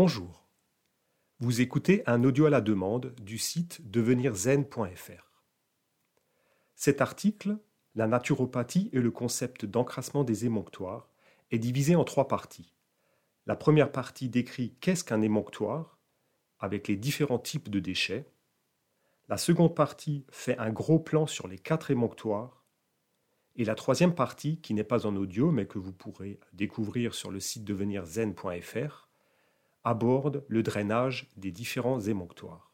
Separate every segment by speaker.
Speaker 1: Bonjour, vous écoutez un audio à la demande du site devenirzen.fr. Cet article, la naturopathie et le concept d'encrassement des émonctoires, est divisé en 3 parties. La première partie décrit qu'est-ce qu'un émonctoire, avec les différents types de déchets. La seconde partie fait un gros plan sur les 4 émonctoires. Et la troisième partie, qui n'est pas en audio mais que vous pourrez découvrir sur le site devenirzen.fr, aborde le drainage des différents émonctoires.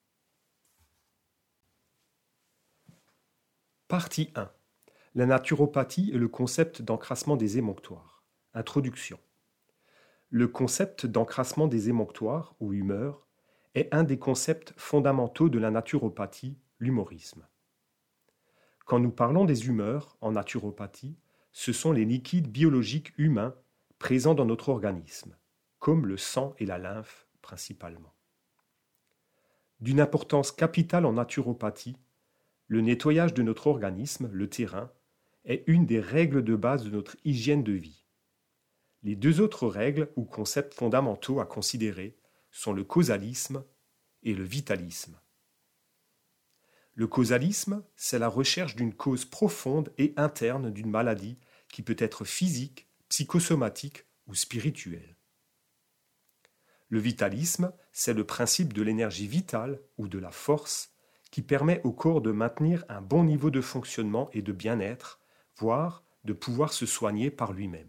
Speaker 1: Partie 1. La naturopathie et le concept d'encrassement des émonctoires. Introduction. Le concept d'encrassement des émonctoires, ou humeur, est un des concepts fondamentaux de la naturopathie, l'humorisme. Quand nous parlons des humeurs en naturopathie, ce sont les liquides biologiques humains présents dans notre organisme, comme le sang et la lymphe principalement. D'une importance capitale en naturopathie, le nettoyage de notre organisme, le terrain, est une des règles de base de notre hygiène de vie. Les 2 autres règles ou concepts fondamentaux à considérer sont le causalisme et le vitalisme. Le causalisme, c'est la recherche d'une cause profonde et interne d'une maladie qui peut être physique, psychosomatique ou spirituelle. Le vitalisme, c'est le principe de l'énergie vitale ou de la force qui permet au corps de maintenir un bon niveau de fonctionnement et de bien-être, voire de pouvoir se soigner par lui-même.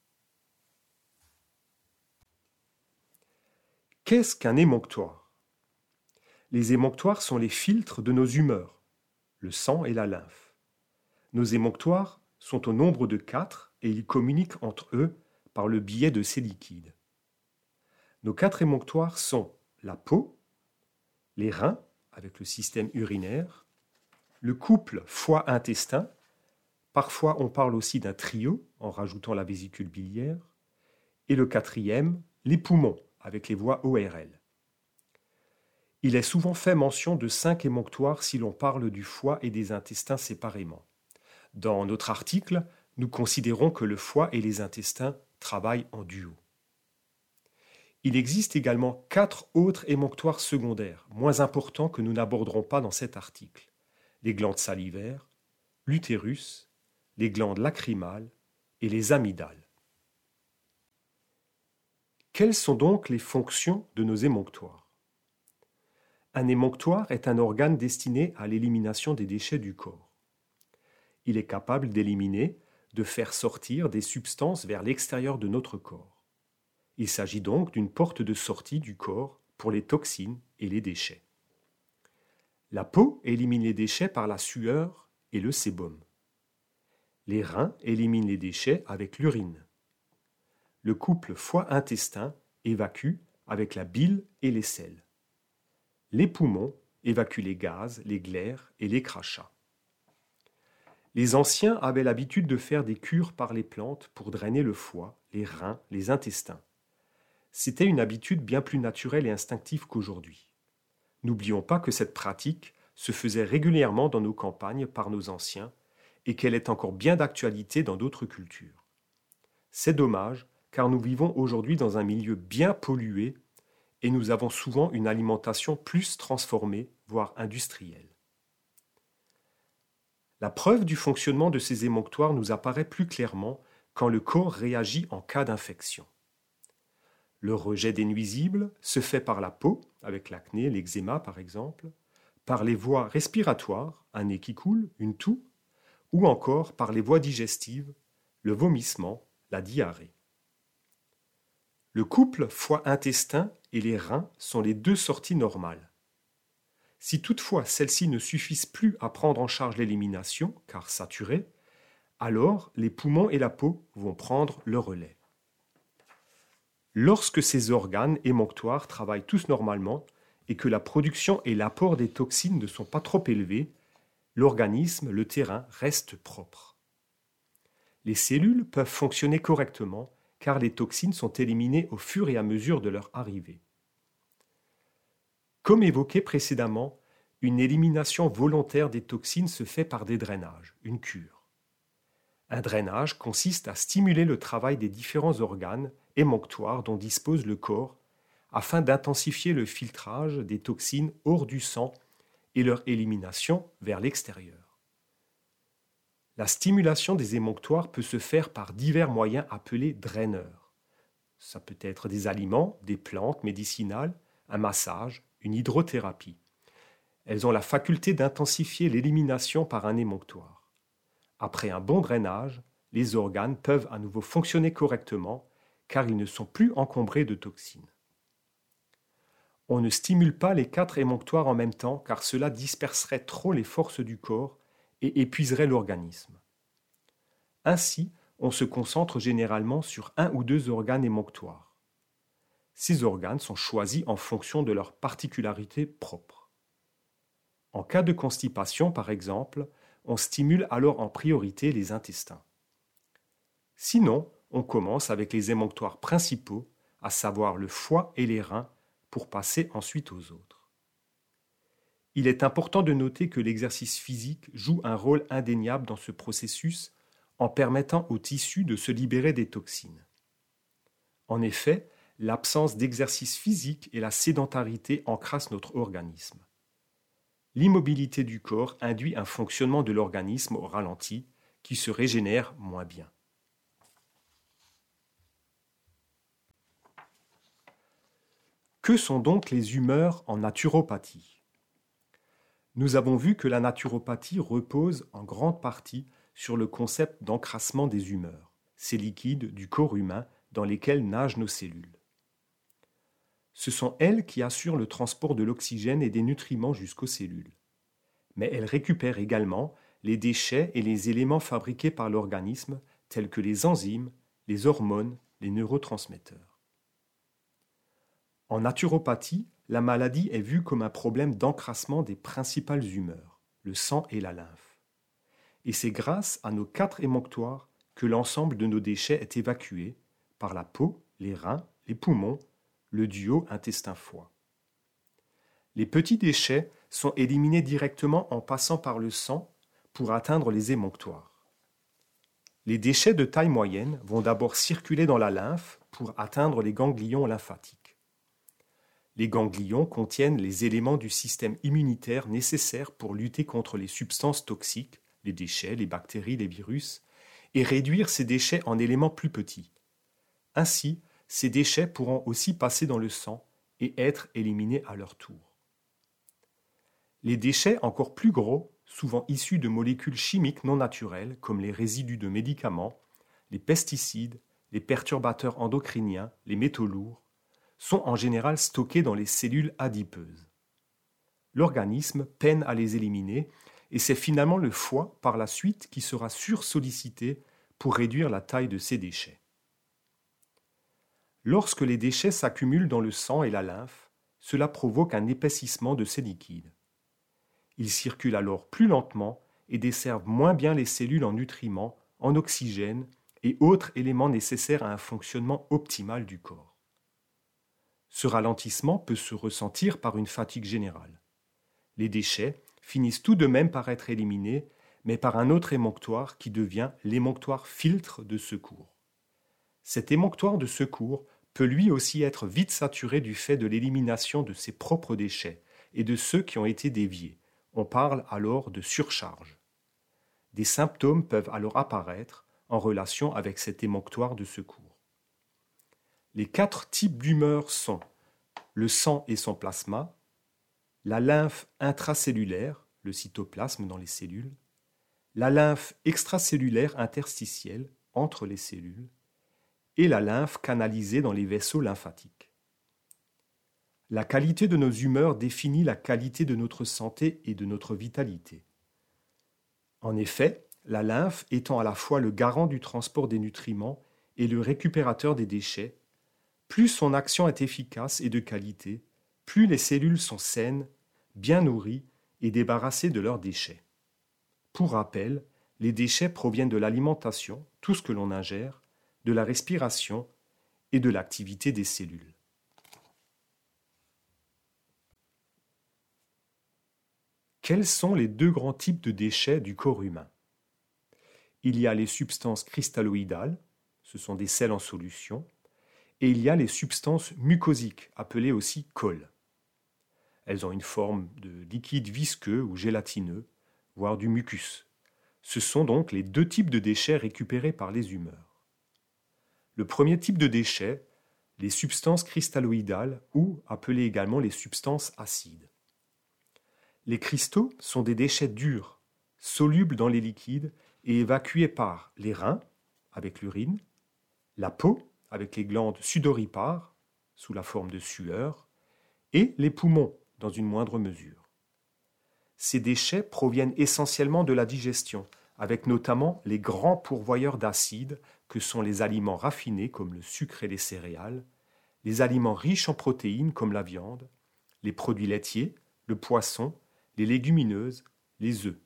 Speaker 1: Qu'est-ce qu'un émonctoire ? Les émonctoires sont les filtres de nos humeurs, le sang et la lymphe. Nos émonctoires sont au nombre de 4 et ils communiquent entre eux par le biais de ces liquides. Nos 4 émonctoires sont la peau, les reins avec le système urinaire, le couple foie-intestin, parfois on parle aussi d'un trio en rajoutant la vésicule biliaire, et le 4e, les poumons avec les voies ORL. Il est souvent fait mention de 5 émonctoires si l'on parle du foie et des intestins séparément. Dans notre article, nous considérons que le foie et les intestins travaillent en duo. Il existe également 4 autres émonctoires secondaires, moins importants que nous n'aborderons pas dans cet article. Les glandes salivaires, l'utérus, les glandes lacrymales et les amygdales. Quelles sont donc les fonctions de nos émonctoires ? Un émonctoire est un organe destiné à l'élimination des déchets du corps. Il est capable d'éliminer, de faire sortir des substances vers l'extérieur de notre corps. Il s'agit donc d'une porte de sortie du corps pour les toxines et les déchets. La peau élimine les déchets par la sueur et le sébum. Les reins éliminent les déchets avec l'urine. Le couple foie-intestin évacue avec la bile et les selles. Les poumons évacuent les gaz, les glaires et les crachats. Les anciens avaient l'habitude de faire des cures par les plantes pour drainer le foie, les reins, les intestins. C'était une habitude bien plus naturelle et instinctive qu'aujourd'hui. N'oublions pas que cette pratique se faisait régulièrement dans nos campagnes par nos anciens et qu'elle est encore bien d'actualité dans d'autres cultures. C'est dommage car nous vivons aujourd'hui dans un milieu bien pollué et nous avons souvent une alimentation plus transformée, voire industrielle. La preuve du fonctionnement de ces émonctoires nous apparaît plus clairement quand le corps réagit en cas d'infection. Le rejet des nuisibles se fait par la peau, avec l'acné, l'eczéma par exemple, par les voies respiratoires, un nez qui coule, une toux, ou encore par les voies digestives, le vomissement, la diarrhée. Le couple foie-intestin et les reins sont les 2 sorties normales. Si toutefois celles-ci ne suffisent plus à prendre en charge l'élimination, car saturées, alors les poumons et la peau vont prendre le relais. Lorsque ces organes émonctoires travaillent tous normalement et que la production et l'apport des toxines ne sont pas trop élevés, l'organisme, le terrain, reste propre. Les cellules peuvent fonctionner correctement car les toxines sont éliminées au fur et à mesure de leur arrivée. Comme évoqué précédemment, une élimination volontaire des toxines se fait par des drainages, une cure. Un drainage consiste à stimuler le travail des différents organes émonctoires dont dispose le corps afin d'intensifier le filtrage des toxines hors du sang et leur élimination vers l'extérieur. La stimulation des émonctoires peut se faire par divers moyens appelés draineurs. Ça peut être des aliments, des plantes médicinales, un massage, une hydrothérapie. Elles ont la faculté d'intensifier l'élimination par un émonctoire. Après un bon drainage, les organes peuvent à nouveau fonctionner correctement car ils ne sont plus encombrés de toxines. On ne stimule pas les 4 émonctoires en même temps car cela disperserait trop les forces du corps et épuiserait l'organisme. Ainsi, on se concentre généralement sur 1 ou 2 organes émonctoires. Ces organes sont choisis en fonction de leurs particularités propres. En cas de constipation, par exemple, on stimule alors en priorité les intestins. Sinon, on commence avec les émonctoires principaux, à savoir le foie et les reins, pour passer ensuite aux autres. Il est important de noter que l'exercice physique joue un rôle indéniable dans ce processus en permettant aux tissus de se libérer des toxines. En effet, l'absence d'exercice physique et la sédentarité encrassent notre organisme. L'immobilité du corps induit un fonctionnement de l'organisme au ralenti qui se régénère moins bien. Que sont donc les humeurs en naturopathie ? Nous avons vu que la naturopathie repose en grande partie sur le concept d'encrassement des humeurs, ces liquides du corps humain dans lesquels nagent nos cellules. Ce sont elles qui assurent le transport de l'oxygène et des nutriments jusqu'aux cellules. Mais elles récupèrent également les déchets et les éléments fabriqués par l'organisme, tels que les enzymes, les hormones, les neurotransmetteurs. En naturopathie, la maladie est vue comme un problème d'encrassement des principales humeurs, le sang et la lymphe. Et c'est grâce à nos 4 émonctoires que l'ensemble de nos déchets est évacué par la peau, les reins, les poumons, le duo intestin-foie. Les petits déchets sont éliminés directement en passant par le sang pour atteindre les émonctoires. Les déchets de taille moyenne vont d'abord circuler dans la lymphe pour atteindre les ganglions lymphatiques. Les ganglions contiennent les éléments du système immunitaire nécessaires pour lutter contre les substances toxiques, les déchets, les bactéries, les virus, et réduire ces déchets en éléments plus petits. Ainsi, ces déchets pourront aussi passer dans le sang et être éliminés à leur tour. Les déchets encore plus gros, souvent issus de molécules chimiques non naturelles comme les résidus de médicaments, les pesticides, les perturbateurs endocriniens, les métaux lourds, sont en général stockés dans les cellules adipeuses. L'organisme peine à les éliminer et c'est finalement le foie par la suite qui sera sursollicité pour réduire la taille de ces déchets. Lorsque les déchets s'accumulent dans le sang et la lymphe, cela provoque un épaississement de ces liquides. Ils circulent alors plus lentement et desservent moins bien les cellules en nutriments, en oxygène et autres éléments nécessaires à un fonctionnement optimal du corps. Ce ralentissement peut se ressentir par une fatigue générale. Les déchets finissent tout de même par être éliminés, mais par un autre émonctoire qui devient l'émonctoire filtre de secours. Cet émonctoire de secours peut lui aussi être vite saturé du fait de l'élimination de ses propres déchets et de ceux qui ont été déviés. On parle alors de surcharge. Des symptômes peuvent alors apparaître en relation avec cet émonctoire de secours. Les 4 types d'humeurs sont le sang et son plasma, la lymphe intracellulaire, le cytoplasme dans les cellules, la lymphe extracellulaire interstitielle entre les cellules et la lymphe canalisée dans les vaisseaux lymphatiques. La qualité de nos humeurs définit la qualité de notre santé et de notre vitalité. En effet, la lymphe étant à la fois le garant du transport des nutriments et le récupérateur des déchets, plus son action est efficace et de qualité, plus les cellules sont saines, bien nourries et débarrassées de leurs déchets. Pour rappel, les déchets proviennent de l'alimentation, tout ce que l'on ingère, de la respiration et de l'activité des cellules. Quels sont les 2 grands types de déchets du corps humain ? Il y a les substances cristalloïdales, ce sont des sels en solution, et il y a les substances mucosiques, appelées aussi cols. Elles ont une forme de liquide visqueux ou gélatineux, voire du mucus. Ce sont donc les deux types de déchets récupérés par les humeurs. Le premier type de déchets, les substances cristalloïdales ou appelées également les substances acides. Les cristaux sont des déchets durs, solubles dans les liquides et évacués par les reins, avec l'urine, la peau, avec les glandes sudoripares, sous la forme de sueur, et les poumons, dans une moindre mesure. Ces déchets proviennent essentiellement de la digestion, avec notamment les grands pourvoyeurs d'acides que sont les aliments raffinés comme le sucre et les céréales, les aliments riches en protéines comme la viande, les produits laitiers, le poisson, les légumineuses, les œufs.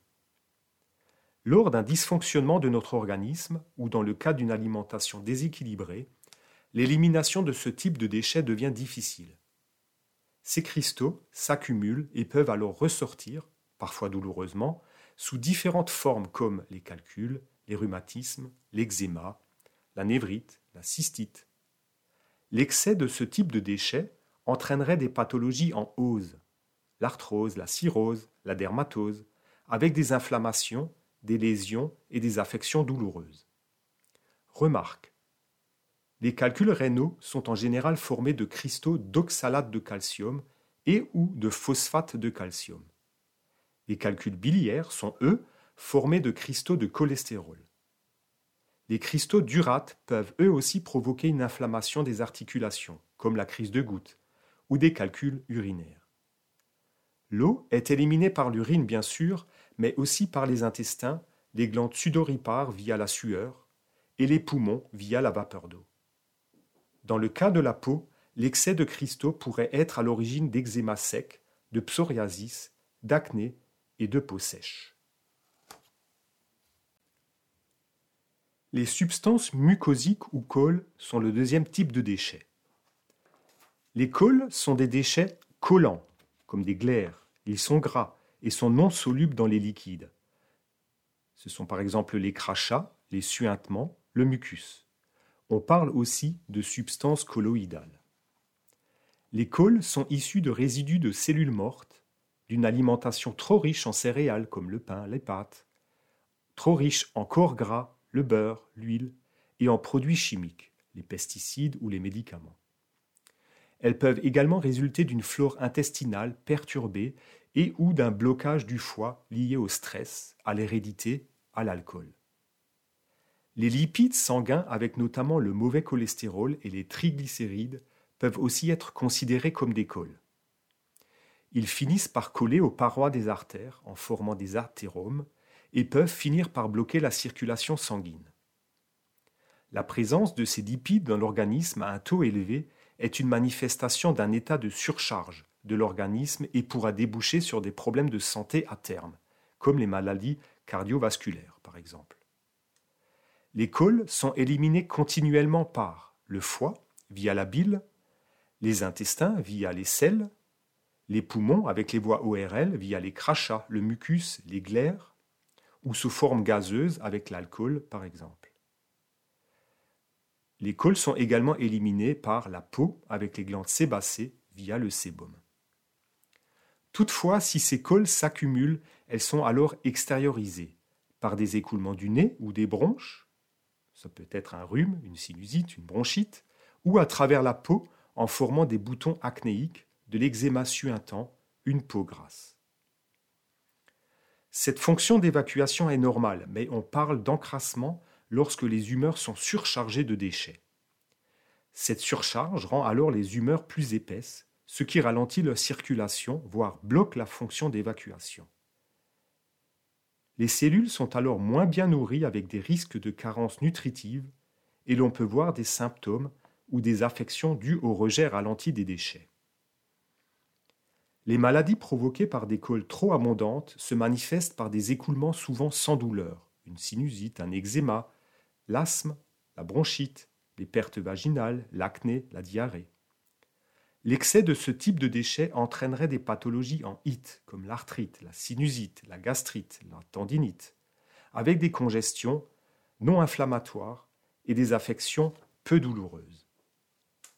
Speaker 1: Lors d'un dysfonctionnement de notre organisme ou dans le cas d'une alimentation déséquilibrée, l'élimination de ce type de déchets devient difficile. Ces cristaux s'accumulent et peuvent alors ressortir, parfois douloureusement, sous différentes formes comme les calculs, les rhumatismes, l'eczéma, la névrite, la cystite. L'excès de ce type de déchets entraînerait des pathologies en ose, l'arthrose, la cirrhose, la dermatose, avec des inflammations, des lésions et des affections douloureuses. Remarque. Les calculs rénaux sont en général formés de cristaux d'oxalate de calcium et ou de phosphate de calcium. Les calculs biliaires sont, eux, formés de cristaux de cholestérol. Les cristaux d'urate peuvent eux aussi provoquer une inflammation des articulations, comme la crise de goutte, ou des calculs urinaires. L'eau est éliminée par l'urine bien sûr, mais aussi par les intestins, les glandes sudoripares via la sueur, et les poumons via la vapeur d'eau. Dans le cas de la peau, l'excès de cristaux pourrait être à l'origine d'eczéma sec, de psoriasis, d'acné et de peau sèche. Les substances mucosiques ou cols sont le deuxième type de déchets. Les cols sont des déchets collants, comme des glaires. Ils sont gras et sont non solubles dans les liquides. Ce sont par exemple les crachats, les suintements, le mucus. On parle aussi de substances colloïdales. Les cols sont issus de résidus de cellules mortes, d'une alimentation trop riche en céréales comme le pain, les pâtes, trop riche en corps gras, le beurre, l'huile, et en produits chimiques, les pesticides ou les médicaments. Elles peuvent également résulter d'une flore intestinale perturbée et ou d'un blocage du foie lié au stress, à l'hérédité, à l'alcool. Les lipides sanguins, avec notamment le mauvais cholestérol et les triglycérides, peuvent aussi être considérés comme des cols. Ils finissent par coller aux parois des artères en formant des athéromes et peuvent finir par bloquer la circulation sanguine. La présence de ces lipides dans l'organisme à un taux élevé est une manifestation d'un état de surcharge de l'organisme et pourra déboucher sur des problèmes de santé à terme, comme les maladies cardiovasculaires par exemple. Les cols sont éliminés continuellement par le foie via la bile, les intestins via les selles, les poumons avec les voies ORL via les crachats, le mucus, les glaires, ou sous forme gazeuse avec l'alcool par exemple. Les cols sont également éliminés par la peau avec les glandes sébacées via le sébum. Toutefois, si ces cols s'accumulent, elles sont alors extériorisées par des écoulements du nez ou des bronches, ça peut être un rhume, une sinusite, une bronchite, ou à travers la peau en formant des boutons acnéiques, de l'eczéma suintant, une peau grasse. Cette fonction d'évacuation est normale, mais on parle d'encrassement lorsque les humeurs sont surchargées de déchets. Cette surcharge rend alors les humeurs plus épaisses, ce qui ralentit leur circulation, voire bloque la fonction d'évacuation. Les cellules sont alors moins bien nourries avec des risques de carence nutritive et l'on peut voir des symptômes ou des affections dues au rejet ralenti des déchets. Les maladies provoquées par des cols trop abondantes se manifestent par des écoulements souvent sans douleur, une sinusite, un eczéma, l'asthme, la bronchite, les pertes vaginales, l'acné, la diarrhée. L'excès de ce type de déchets entraînerait des pathologies en IT, comme l'arthrite, la sinusite, la gastrite, la tendinite, avec des congestions non inflammatoires et des affections peu douloureuses.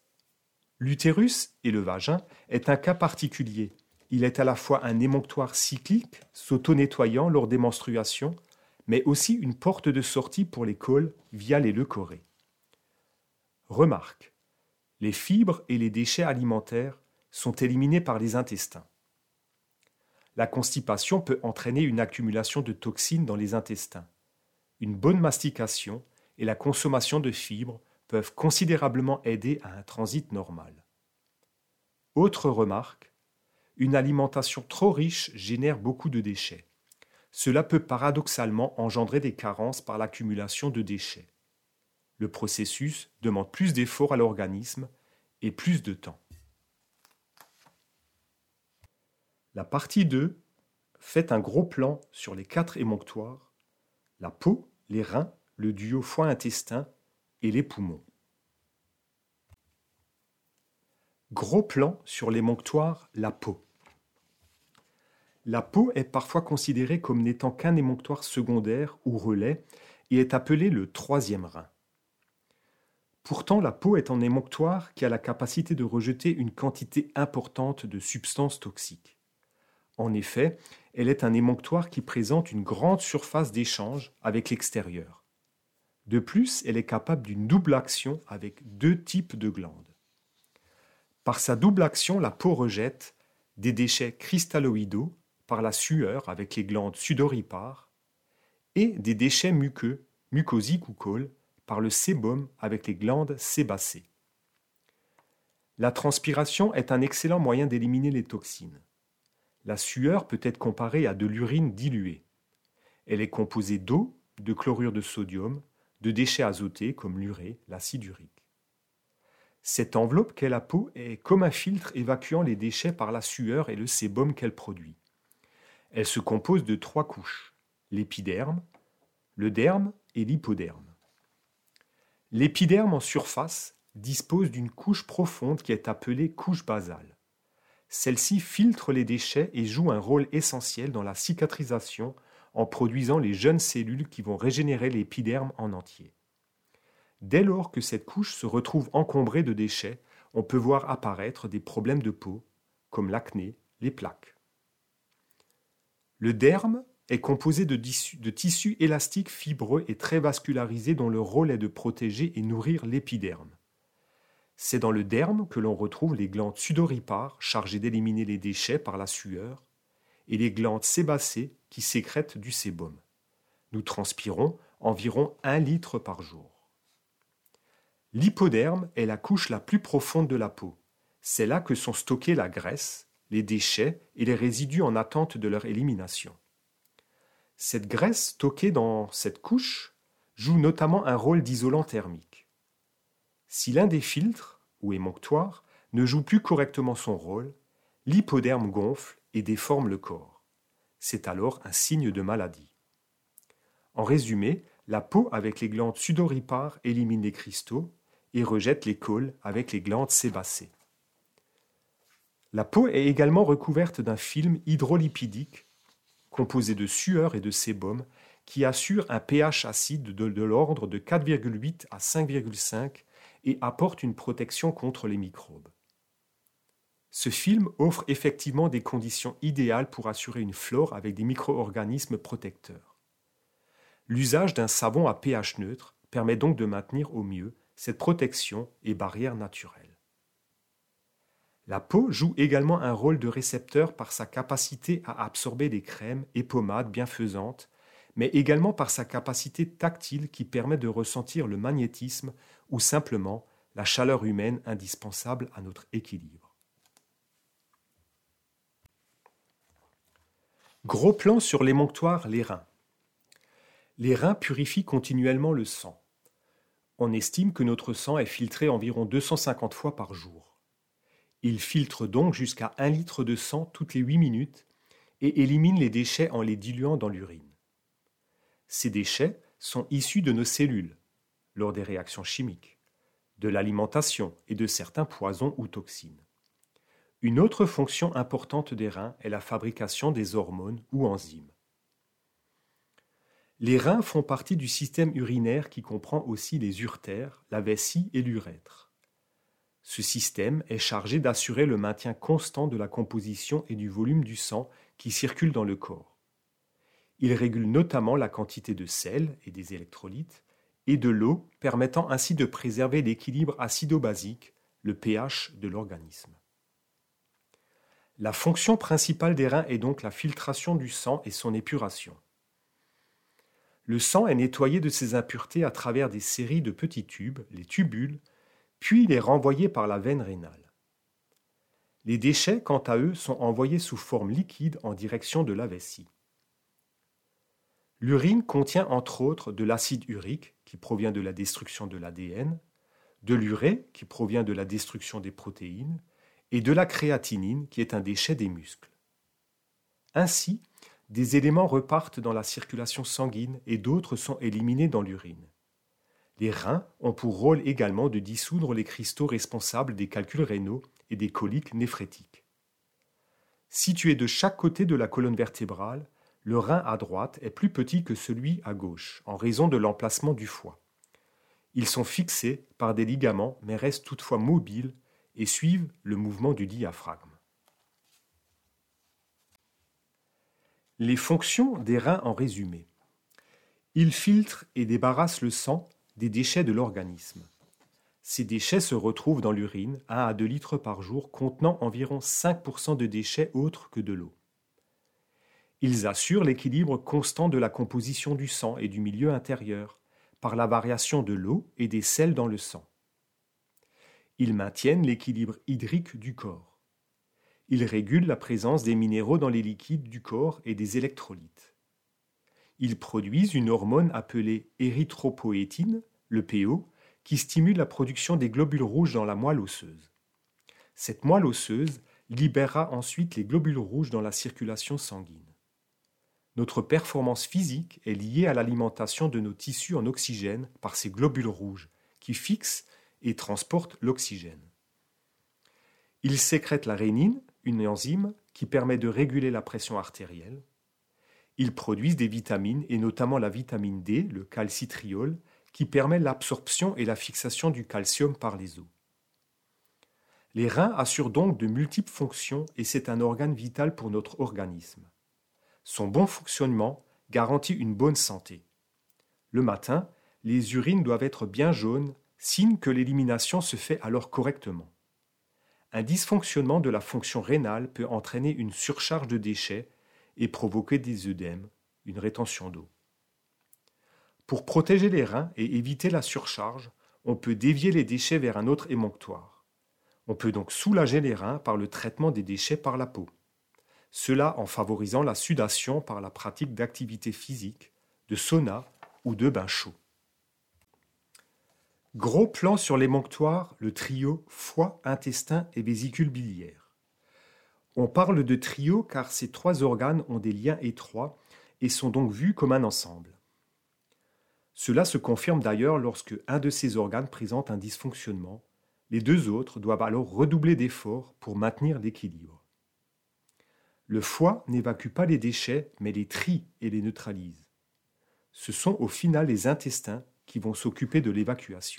Speaker 1: L'utérus et le vagin est un cas particulier. Il est à la fois un émonctoire cyclique, s'auto-nettoyant lors des menstruations, mais aussi une porte de sortie pour les cols via les leucorrhées. Remarque, les fibres et les déchets alimentaires sont éliminés par les intestins. La constipation peut entraîner une accumulation de toxines dans les intestins. Une bonne mastication et la consommation de fibres peuvent considérablement aider à un transit normal. Autre remarque, une alimentation trop riche génère beaucoup de déchets. Cela peut paradoxalement engendrer des carences par l'accumulation de déchets. Le processus demande plus d'efforts à l'organisme et plus de temps. La partie 2 fait un gros plan sur les 4 émonctoires, la peau, les reins, le duo foie-intestin et les poumons. Gros plan sur l'émonctoire, la peau. La peau est parfois considérée comme n'étant qu'un émonctoire secondaire ou relais et est appelée le troisième rein. Pourtant, la peau est un émonctoire qui a la capacité de rejeter une quantité importante de substances toxiques. En effet, elle est un émonctoire qui présente une grande surface d'échange avec l'extérieur. De plus, elle est capable d'une double action avec 2 types de glandes. Par sa double action, la peau rejette des déchets cristalloïdaux par la sueur avec les glandes sudoripares et des déchets muqueux, mucosiques ou côles, par le sébum avec les glandes sébacées. La transpiration est un excellent moyen d'éliminer les toxines. La sueur peut être comparée à de l'urine diluée. Elle est composée d'eau, de chlorure de sodium, de déchets azotés comme l'urée, l'acide urique. Cette enveloppe qu'est la peau est comme un filtre évacuant les déchets par la sueur et le sébum qu'elle produit. Elle se compose de 3 couches, l'épiderme, le derme et l'hypoderme. L'épiderme en surface dispose d'une couche profonde qui est appelée couche basale. Celle-ci filtre les déchets et joue un rôle essentiel dans la cicatrisation en produisant les jeunes cellules qui vont régénérer l'épiderme en entier. Dès lors que cette couche se retrouve encombrée de déchets, on peut voir apparaître des problèmes de peau, comme l'acné, les plaques. Le derme est composé de tissus élastiques fibreux et très vascularisés dont le rôle est de protéger et nourrir l'épiderme. C'est dans le derme que l'on retrouve les glandes sudoripares chargées d'éliminer les déchets par la sueur et les glandes sébacées qui sécrètent du sébum. Nous transpirons environ 1 litre par jour. L'hypoderme est la couche la plus profonde de la peau. C'est là que sont stockés la graisse, les déchets et les résidus en attente de leur élimination. Cette graisse stockée dans cette couche joue notamment un rôle d'isolant thermique. Si l'un des filtres, ou émonctoires, ne joue plus correctement son rôle, l'hypoderme gonfle et déforme le corps. C'est alors un signe de maladie. En résumé, la peau avec les glandes sudoripares élimine les cristaux et rejette les côles avec les glandes sébacées. La peau est également recouverte d'un film hydrolipidique composé de sueur et de sébum qui assure un pH acide de l'ordre de 4,8 à 5,5 et apporte une protection contre les microbes. Ce film offre effectivement des conditions idéales pour assurer une flore avec des micro-organismes protecteurs. L'usage d'un savon à pH neutre permet donc de maintenir au mieux cette protection et barrière naturelle. La peau joue également un rôle de récepteur par sa capacité à absorber des crèmes et pommades bienfaisantes, mais également par sa capacité tactile qui permet de ressentir le magnétisme ou simplement la chaleur humaine indispensable à notre équilibre. Gros plan sur l'émonctoire, les reins. Les reins purifient continuellement le sang. On estime que notre sang est filtré environ 250 fois par jour. Il filtre donc jusqu'à 1 litre de sang toutes les 8 minutes et élimine les déchets en les diluant dans l'urine. Ces déchets sont issus de nos cellules, lors des réactions chimiques, de l'alimentation et de certains poisons ou toxines. Une autre fonction importante des reins est la fabrication des hormones ou enzymes. Les reins font partie du système urinaire qui comprend aussi les uretères, la vessie et l'urètre. Ce système est chargé d'assurer le maintien constant de la composition et du volume du sang qui circule dans le corps. Il régule notamment la quantité de sel et des électrolytes et de l'eau, permettant ainsi de préserver l'équilibre acido-basique, le pH de l'organisme. La fonction principale des reins est donc la filtration du sang et son épuration. Le sang est nettoyé de ses impuretés à travers des séries de petits tubes, les tubules, puis il est renvoyé par la veine rénale. Les déchets, quant à eux, sont envoyés sous forme liquide en direction de la vessie. L'urine contient entre autres de l'acide urique, qui provient de la destruction de l'ADN, de l'urée, qui provient de la destruction des protéines, et de la créatinine, qui est un déchet des muscles. Ainsi, des éléments repartent dans la circulation sanguine et d'autres sont éliminés dans l'urine. Les reins ont pour rôle également de dissoudre les cristaux responsables des calculs rénaux et des coliques néphrétiques. Situé de chaque côté de la colonne vertébrale, le rein à droite est plus petit que celui à gauche en raison de l'emplacement du foie. Ils sont fixés par des ligaments mais restent toutefois mobiles et suivent le mouvement du diaphragme. Les fonctions des reins en résumé. Ils filtrent et débarrassent le sang des déchets de l'organisme. Ces déchets se retrouvent dans l'urine, 1 à 2 litres par jour, contenant environ 5% de déchets autres que de l'eau. Ils assurent l'équilibre constant de la composition du sang et du milieu intérieur, par la variation de l'eau et des sels dans le sang. Ils maintiennent l'équilibre hydrique du corps. Ils régulent la présence des minéraux dans les liquides du corps et des électrolytes. Ils produisent une hormone appelée érythropoïétine, le PO, qui stimule la production des globules rouges dans la moelle osseuse. Cette moelle osseuse libérera ensuite les globules rouges dans la circulation sanguine. Notre performance physique est liée à l'alimentation de nos tissus en oxygène par ces globules rouges qui fixent et transportent l'oxygène. Ils sécrètent la rénine, une enzyme qui permet de réguler la pression artérielle. Ils produisent des vitamines et notamment la vitamine D, le calcitriol, qui permet l'absorption et la fixation du calcium par les os. Les reins assurent donc de multiples fonctions et c'est un organe vital pour notre organisme. Son bon fonctionnement garantit une bonne santé. Le matin, les urines doivent être bien jaunes, signe que l'élimination se fait alors correctement. Un dysfonctionnement de la fonction rénale peut entraîner une surcharge de déchets et provoquer des œdèmes, une rétention d'eau. Pour protéger les reins et éviter la surcharge, on peut dévier les déchets vers un autre émonctoire. On peut donc soulager les reins par le traitement des déchets par la peau. Cela en favorisant la sudation par la pratique d'activités physiques, de sauna ou de bains chauds. Gros plan sur l'émonctoire, le trio foie, intestin et vésicule biliaire. On parle de trio car ces 3 organes ont des liens étroits et sont donc vus comme un ensemble. Cela se confirme d'ailleurs lorsque un de ces organes présente un dysfonctionnement. Les 2 autres doivent alors redoubler d'efforts pour maintenir l'équilibre. Le foie n'évacue pas les déchets, mais les trie et les neutralise. Ce sont au final les intestins qui vont s'occuper de l'évacuation.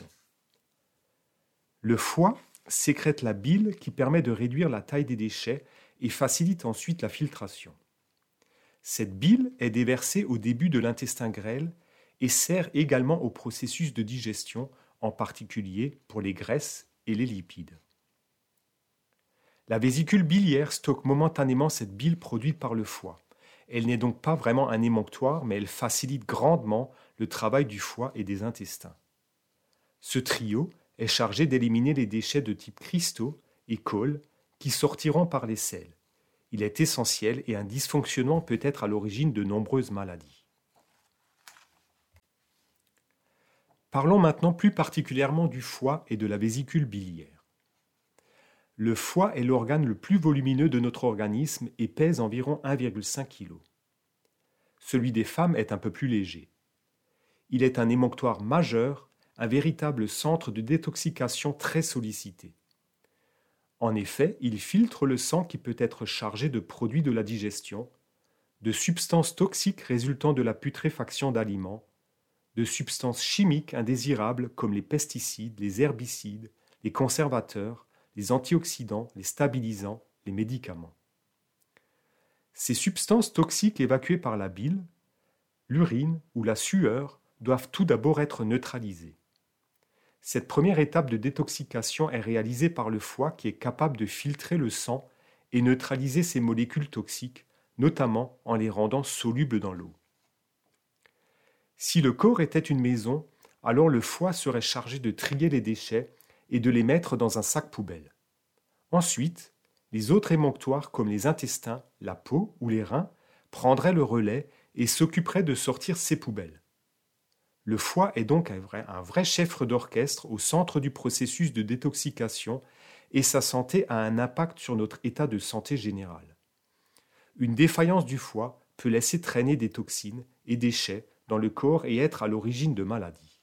Speaker 1: Le foie sécrète la bile qui permet de réduire la taille des déchets et facilite ensuite la filtration. Cette bile est déversée au début de l'intestin grêle et sert également au processus de digestion, en particulier pour les graisses et les lipides. La vésicule biliaire stocke momentanément cette bile produite par le foie. Elle n'est donc pas vraiment un émonctoire, mais elle facilite grandement le travail du foie et des intestins. Ce trio est chargé d'éliminer les déchets de type cristaux et colle qui sortiront par les selles. Il est essentiel et un dysfonctionnement peut être à l'origine de nombreuses maladies. Parlons maintenant plus particulièrement du foie et de la vésicule biliaire. Le foie est l'organe le plus volumineux de notre organisme et pèse environ 1,5 kg. Celui des femmes est un peu plus léger. Il est un émonctoire majeur, un véritable centre de détoxication très sollicité. En effet, il filtre le sang qui peut être chargé de produits de la digestion, de substances toxiques résultant de la putréfaction d'aliments, de substances chimiques indésirables comme les pesticides, les herbicides, les conservateurs, les antioxydants, les stabilisants, les médicaments. Ces substances toxiques évacuées par la bile, l'urine ou la sueur doivent tout d'abord être neutralisées. Cette première étape de détoxication est réalisée par le foie qui est capable de filtrer le sang et neutraliser ces molécules toxiques, notamment en les rendant solubles dans l'eau. Si le corps était une maison, alors le foie serait chargé de trier les déchets et de les mettre dans un sac poubelle. Ensuite, les autres émonctoires comme les intestins, la peau ou les reins prendraient le relais et s'occuperaient de sortir ces poubelles. Le foie est donc un vrai chef d'orchestre au centre du processus de détoxication et sa santé a un impact sur notre état de santé général. Une défaillance du foie peut laisser traîner des toxines et déchets dans le corps et être à l'origine de maladies.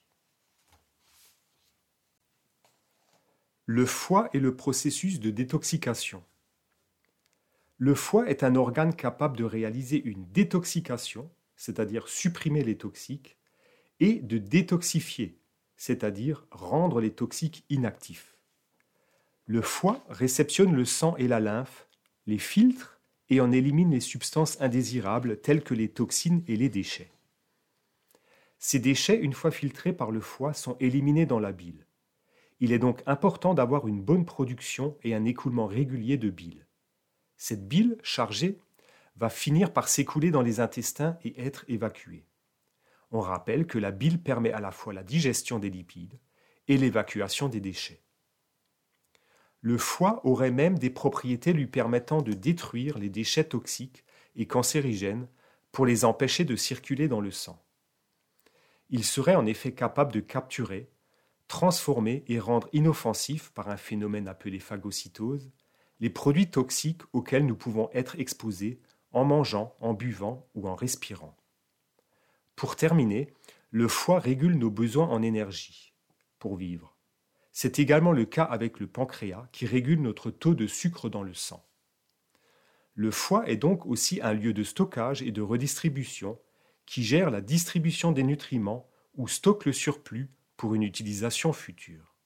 Speaker 1: Le foie et le processus de détoxication. Le foie est un organe capable de réaliser une détoxication, c'est-à-dire supprimer les toxiques, et de détoxifier, c'est-à-dire rendre les toxiques inactifs. Le foie réceptionne le sang et la lymphe, les filtre et en élimine les substances indésirables telles que les toxines et les déchets. Ces déchets, une fois filtrés par le foie, sont éliminés dans la bile. Il est donc important d'avoir une bonne production et un écoulement régulier de bile. Cette bile chargée va finir par s'écouler dans les intestins et être évacuée. On rappelle que la bile permet à la fois la digestion des lipides et l'évacuation des déchets. Le foie aurait même des propriétés lui permettant de détruire les déchets toxiques et cancérigènes pour les empêcher de circuler dans le sang. Il serait en effet capable de capturer, transformer et rendre inoffensifs par un phénomène appelé phagocytose les produits toxiques auxquels nous pouvons être exposés en mangeant, en buvant ou en respirant. Pour terminer, le foie régule nos besoins en énergie pour vivre. C'est également le cas avec le pancréas qui régule notre taux de sucre dans le sang. Le foie est donc aussi un lieu de stockage et de redistribution qui gère la distribution des nutriments ou stocke le surplus pour une utilisation future.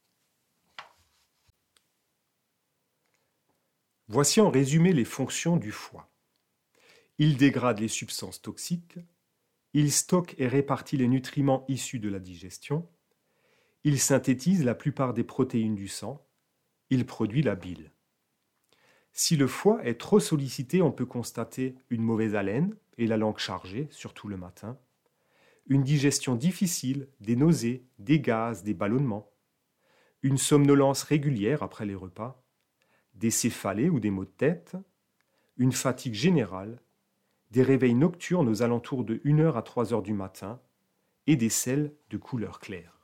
Speaker 1: Voici en résumé les fonctions du foie. Il dégrade les substances toxiques, il stocke et répartit les nutriments issus de la digestion, il synthétise la plupart des protéines du sang, il produit la bile. Si le foie est trop sollicité, on peut constater une mauvaise haleine et la langue chargée, surtout le matin, une digestion difficile, des nausées, des gaz, des ballonnements, une somnolence régulière après les repas, des céphalées ou des maux de tête, une fatigue générale, des réveils nocturnes aux alentours de 1h à 3h du matin et des selles de couleur claire.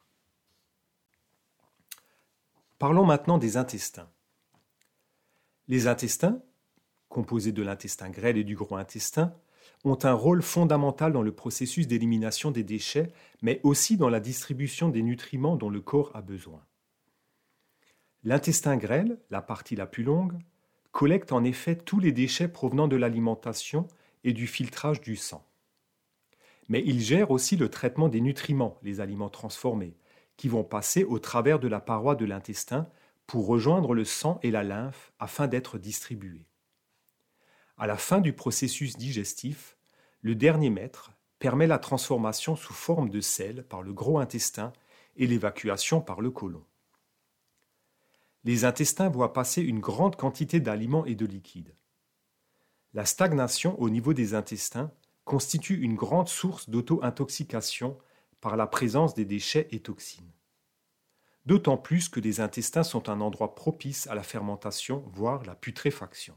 Speaker 1: Parlons maintenant des intestins. Les intestins, composés de l'intestin grêle et du gros intestin, ont un rôle fondamental dans le processus d'élimination des déchets, mais aussi dans la distribution des nutriments dont le corps a besoin. L'intestin grêle, la partie la plus longue, collecte en effet tous les déchets provenant de l'alimentation et du filtrage du sang. Mais il gère aussi le traitement des nutriments, les aliments transformés, qui vont passer au travers de la paroi de l'intestin pour rejoindre le sang et la lymphe afin d'être distribués. À la fin du processus digestif, le dernier mètre permet la transformation sous forme de sel par le gros intestin et l'évacuation par le côlon. Les intestins voient passer une grande quantité d'aliments et de liquides. La stagnation au niveau des intestins constitue une grande source d'auto-intoxication par la présence des déchets et toxines. D'autant plus que les intestins sont un endroit propice à la fermentation, voire la putréfaction.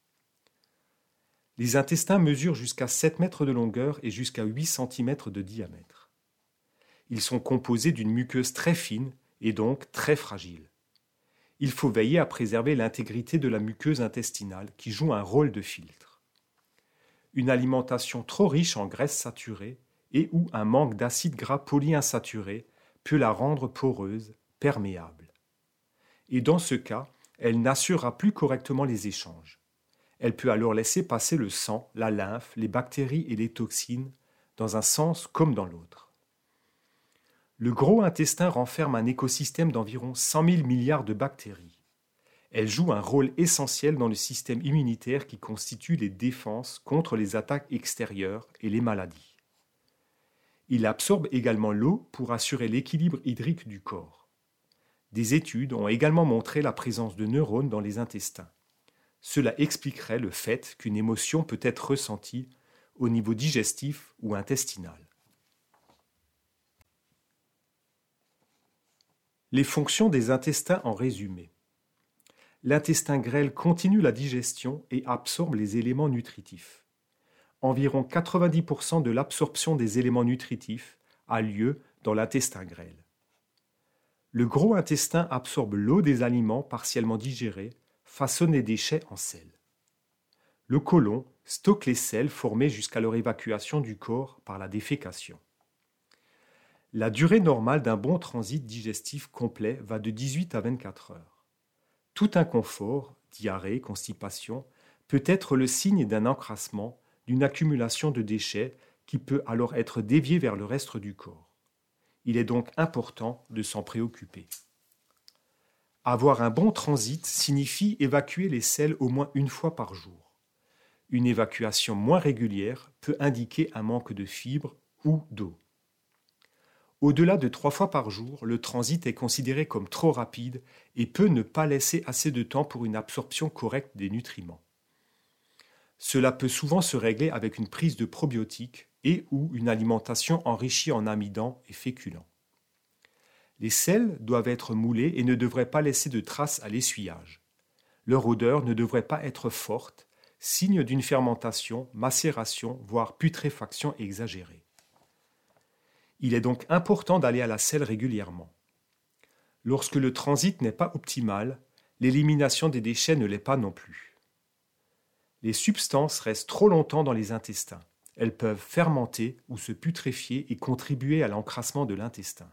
Speaker 1: Les intestins mesurent jusqu'à 7 mètres de longueur et jusqu'à 8 cm de diamètre. Ils sont composés d'une muqueuse très fine et donc très fragile. Il faut veiller à préserver l'intégrité de la muqueuse intestinale qui joue un rôle de filtre. Une alimentation trop riche en graisses saturées et ou un manque d'acides gras polyinsaturés peut la rendre poreuse, perméable. Et dans ce cas, elle n'assurera plus correctement les échanges. Elle peut alors laisser passer le sang, la lymphe, les bactéries et les toxines dans un sens comme dans l'autre. Le gros intestin renferme un écosystème d'environ 100 000 milliards de bactéries. Elles jouent un rôle essentiel dans le système immunitaire qui constitue les défenses contre les attaques extérieures et les maladies. Il absorbe également l'eau pour assurer l'équilibre hydrique du corps. Des études ont également montré la présence de neurones dans les intestins. Cela expliquerait le fait qu'une émotion peut être ressentie au niveau digestif ou intestinal. Les fonctions des intestins en résumé. L'intestin grêle continue la digestion et absorbe les éléments nutritifs. Environ 90% de l'absorption des éléments nutritifs a lieu dans l'intestin grêle. Le gros intestin absorbe l'eau des aliments partiellement digérés, façonne les déchets en sel. Le côlon stocke les sels formés jusqu'à leur évacuation du corps par la défécation. La durée normale d'un bon transit digestif complet va de 18 à 24 heures. Tout inconfort, diarrhée, constipation, peut être le signe d'un encrassement, d'une accumulation de déchets qui peut alors être dévié vers le reste du corps. Il est donc important de s'en préoccuper. Avoir un bon transit signifie évacuer les sels au moins une fois par jour. Une évacuation moins régulière peut indiquer un manque de fibres ou d'eau. Au-delà de 3 fois par jour, le transit est considéré comme trop rapide et peut ne pas laisser assez de temps pour une absorption correcte des nutriments. Cela peut souvent se régler avec une prise de probiotiques et ou une alimentation enrichie en amidon et féculents. Les sels doivent être moulés et ne devraient pas laisser de traces à l'essuyage. Leur odeur ne devrait pas être forte, signe d'une fermentation, macération, voire putréfaction exagérée. Il est donc important d'aller à la selle régulièrement. Lorsque le transit n'est pas optimal, l'élimination des déchets ne l'est pas non plus. Les substances restent trop longtemps dans les intestins. Elles peuvent fermenter ou se putréfier et contribuer à l'encrassement de l'intestin.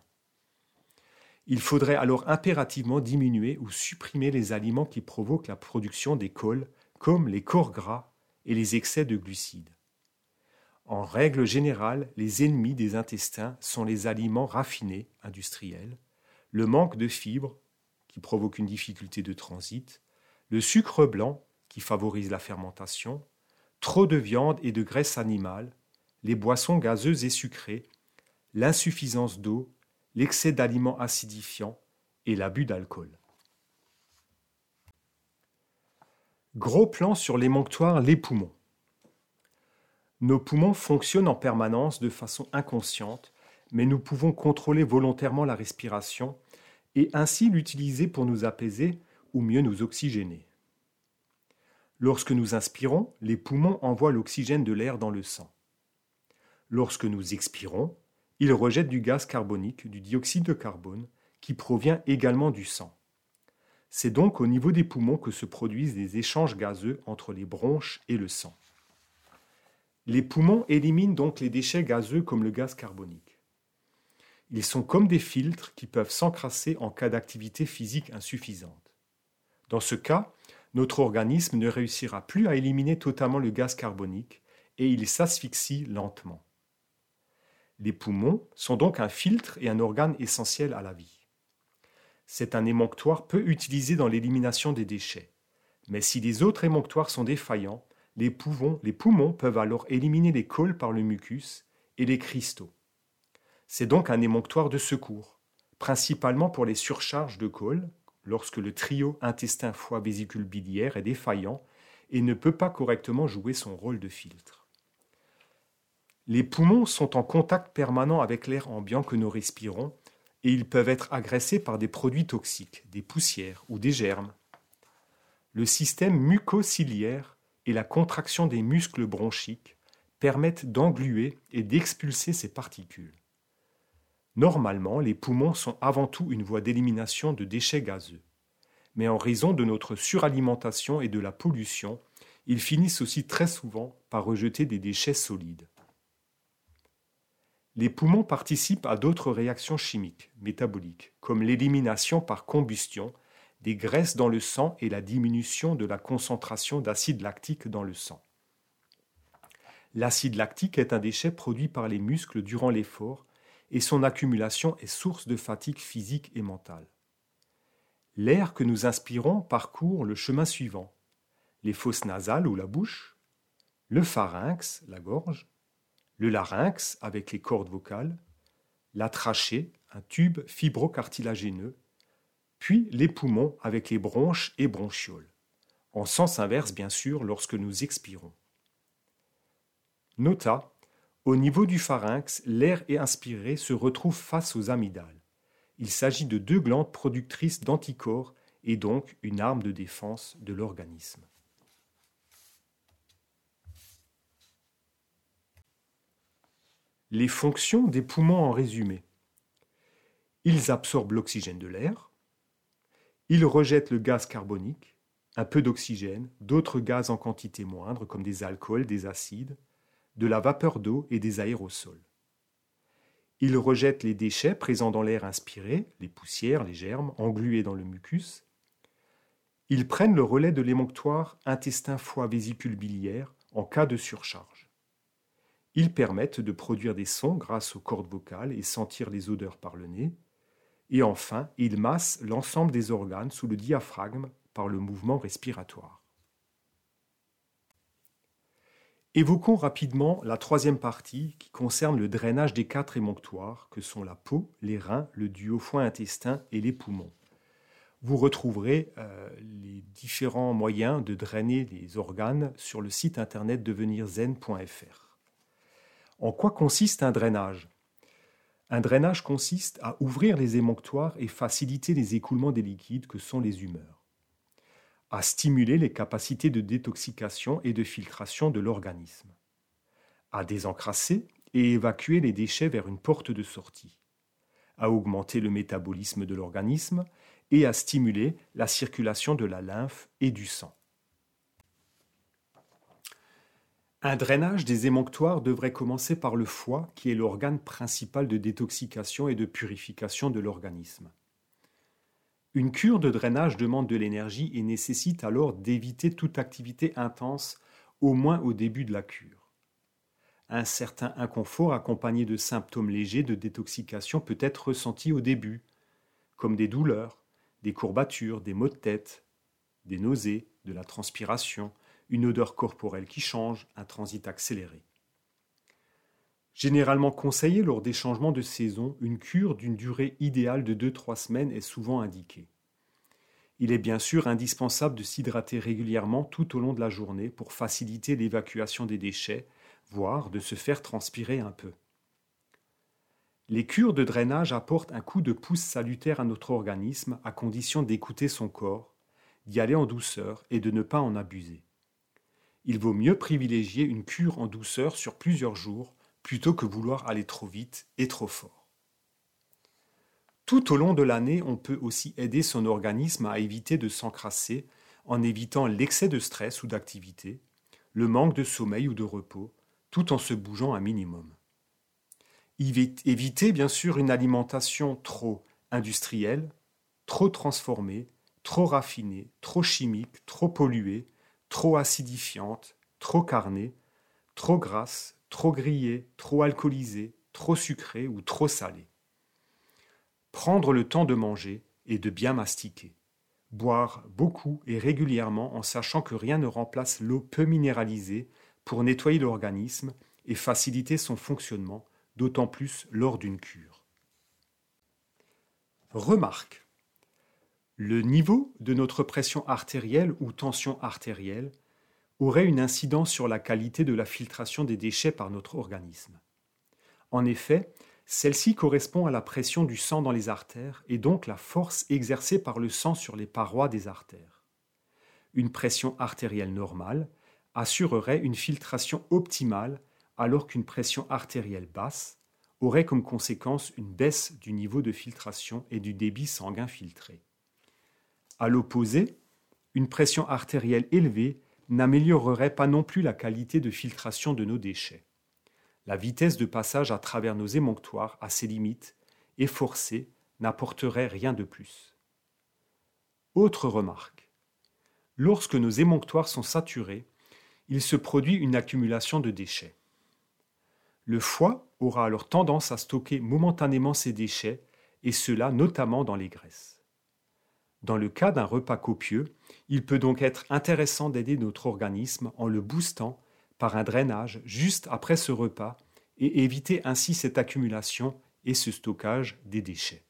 Speaker 1: Il faudrait alors impérativement diminuer ou supprimer les aliments qui provoquent la production des cols, comme les corps gras et les excès de glucides. En règle générale, les ennemis des intestins sont les aliments raffinés, industriels, le manque de fibres, qui provoque une difficulté de transit, le sucre blanc, qui favorise la fermentation, trop de viande et de graisse animale, les boissons gazeuses et sucrées, l'insuffisance d'eau, l'excès d'aliments acidifiants et l'abus d'alcool. Gros plan sur l'émonctoire les poumons. Nos poumons fonctionnent en permanence de façon inconsciente, mais nous pouvons contrôler volontairement la respiration et ainsi l'utiliser pour nous apaiser ou mieux nous oxygéner. Lorsque nous inspirons, les poumons envoient l'oxygène de l'air dans le sang. Lorsque nous expirons, ils rejettent du gaz carbonique, du dioxyde de carbone, qui provient également du sang. C'est donc au niveau des poumons que se produisent des échanges gazeux entre les bronches et le sang. Les poumons éliminent donc les déchets gazeux comme le gaz carbonique. Ils sont comme des filtres qui peuvent s'encrasser en cas d'activité physique insuffisante. Dans ce cas, notre organisme ne réussira plus à éliminer totalement le gaz carbonique et il s'asphyxie lentement. Les poumons sont donc un filtre et un organe essentiel à la vie. C'est un émonctoire peu utilisé dans l'élimination des déchets. Mais si les autres émonctoires sont défaillants, les poumons peuvent alors éliminer les cols par le mucus et les cristaux. C'est donc un émonctoire de secours, principalement pour les surcharges de cols, lorsque le trio intestin-foie-vésicule biliaire est défaillant et ne peut pas correctement jouer son rôle de filtre. Les poumons sont en contact permanent avec l'air ambiant que nous respirons et ils peuvent être agressés par des produits toxiques, des poussières ou des germes. Le système mucociliaire et la contraction des muscles bronchiques permettent d'engluer et d'expulser ces particules. Normalement, les poumons sont avant tout une voie d'élimination de déchets gazeux. Mais en raison de notre suralimentation et de la pollution, ils finissent aussi très souvent par rejeter des déchets solides. Les poumons participent à d'autres réactions chimiques, métaboliques, comme l'élimination par combustion des graisses dans le sang et la diminution de la concentration d'acide lactique dans le sang. L'acide lactique est un déchet produit par les muscles durant l'effort et son accumulation est source de fatigue physique et mentale. L'air que nous inspirons parcourt le chemin suivant: les fosses nasales ou la bouche, le pharynx, la gorge, le larynx avec les cordes vocales, la trachée, un tube fibrocartilagineux, puis les poumons avec les bronches et bronchioles, en sens inverse bien sûr lorsque nous expirons. Nota: au niveau du pharynx, l'air inspiré se retrouve face aux amygdales. Il s'agit de 2 glandes productrices d'anticorps et donc une arme de défense de l'organisme. Les fonctions des poumons en résumé. Ils absorbent l'oxygène de l'air, ils rejettent le gaz carbonique, un peu d'oxygène, d'autres gaz en quantité moindre comme des alcools, des acides, de la vapeur d'eau et des aérosols. Ils rejettent les déchets présents dans l'air inspiré, les poussières, les germes, englués dans le mucus. Ils prennent le relais de l'émonctoire intestin-foie-vésicule biliaire en cas de surcharge. Ils permettent de produire des sons grâce aux cordes vocales et sentir les odeurs par le nez. Et enfin, ils massent l'ensemble des organes sous le diaphragme par le mouvement respiratoire. Évoquons rapidement la 3e partie qui concerne le drainage des 4 émonctoires que sont la peau, les reins, le duo foie-intestin et les poumons. Vous retrouverez les différents moyens de drainer les organes sur le site internet devenirzen.fr. En quoi consiste un drainage ? Un drainage consiste à ouvrir les émonctoires et faciliter les écoulements des liquides que sont les humeurs, à stimuler les capacités de détoxication et de filtration de l'organisme, à désencrasser et évacuer les déchets vers une porte de sortie, à augmenter le métabolisme de l'organisme et à stimuler la circulation de la lymphe et du sang. Un drainage des émonctoires devrait commencer par le foie, qui est l'organe principal de détoxication et de purification de l'organisme. Une cure de drainage demande de l'énergie et nécessite alors d'éviter toute activité intense, au moins au début de la cure. Un certain inconfort accompagné de symptômes légers de détoxication peut être ressenti au début, comme des douleurs, des courbatures, des maux de tête, des nausées, de la transpiration, une odeur corporelle qui change, un transit accéléré. Généralement conseillé lors des changements de saison, une cure d'une durée idéale de 2-3 semaines est souvent indiquée. Il est bien sûr indispensable de s'hydrater régulièrement tout au long de la journée pour faciliter l'évacuation des déchets, voire de se faire transpirer un peu. Les cures de drainage apportent un coup de pouce salutaire à notre organisme à condition d'écouter son corps, d'y aller en douceur et de ne pas en abuser. Il vaut mieux privilégier une cure en douceur sur plusieurs jours plutôt que vouloir aller trop vite et trop fort. Tout au long de l'année, on peut aussi aider son organisme à éviter de s'encrasser en évitant l'excès de stress ou d'activité, le manque de sommeil ou de repos, tout en se bougeant un minimum. Éviter bien sûr une alimentation trop industrielle, trop transformée, trop raffinée, trop chimique, trop polluée, trop acidifiante, trop carnée, trop grasse, trop grillée, trop alcoolisée, trop sucrée ou trop salée. Prendre le temps de manger et de bien mastiquer. Boire beaucoup et régulièrement en sachant que rien ne remplace l'eau peu minéralisée pour nettoyer l'organisme et faciliter son fonctionnement, d'autant plus lors d'une cure. Remarque. Le niveau de notre pression artérielle ou tension artérielle aurait une incidence sur la qualité de la filtration des déchets par notre organisme. En effet, celle-ci correspond à la pression du sang dans les artères et donc la force exercée par le sang sur les parois des artères. Une pression artérielle normale assurerait une filtration optimale alors qu'une pression artérielle basse aurait comme conséquence une baisse du niveau de filtration et du débit sanguin filtré. À l'opposé, une pression artérielle élevée n'améliorerait pas non plus la qualité de filtration de nos déchets. La vitesse de passage à travers nos émonctoires a ses limites et forcée n'apporterait rien de plus. Autre remarque. Lorsque nos émonctoires sont saturés, il se produit une accumulation de déchets. Le foie aura alors tendance à stocker momentanément ces déchets, et cela notamment dans les graisses. Dans le cas d'un repas copieux, il peut donc être intéressant d'aider notre organisme en le boostant par un drainage juste après ce repas et éviter ainsi cette accumulation et ce stockage des déchets.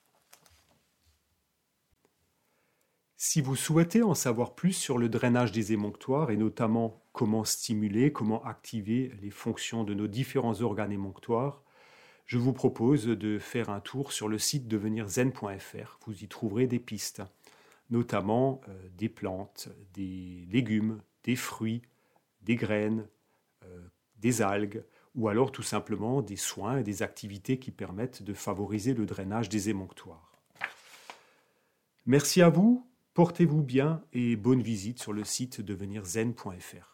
Speaker 1: Si vous souhaitez en savoir plus sur le drainage des émonctoires et notamment comment stimuler, comment activer les fonctions de nos différents organes émonctoires, je vous propose de faire un tour sur le site devenirzen.fr. Vous y trouverez des pistes, notamment des plantes, des légumes, des fruits, des graines, des algues, ou alors tout simplement des soins et des activités qui permettent de favoriser le drainage des émonctoires. Merci à vous, portez-vous bien et bonne visite sur le site devenirzen.fr.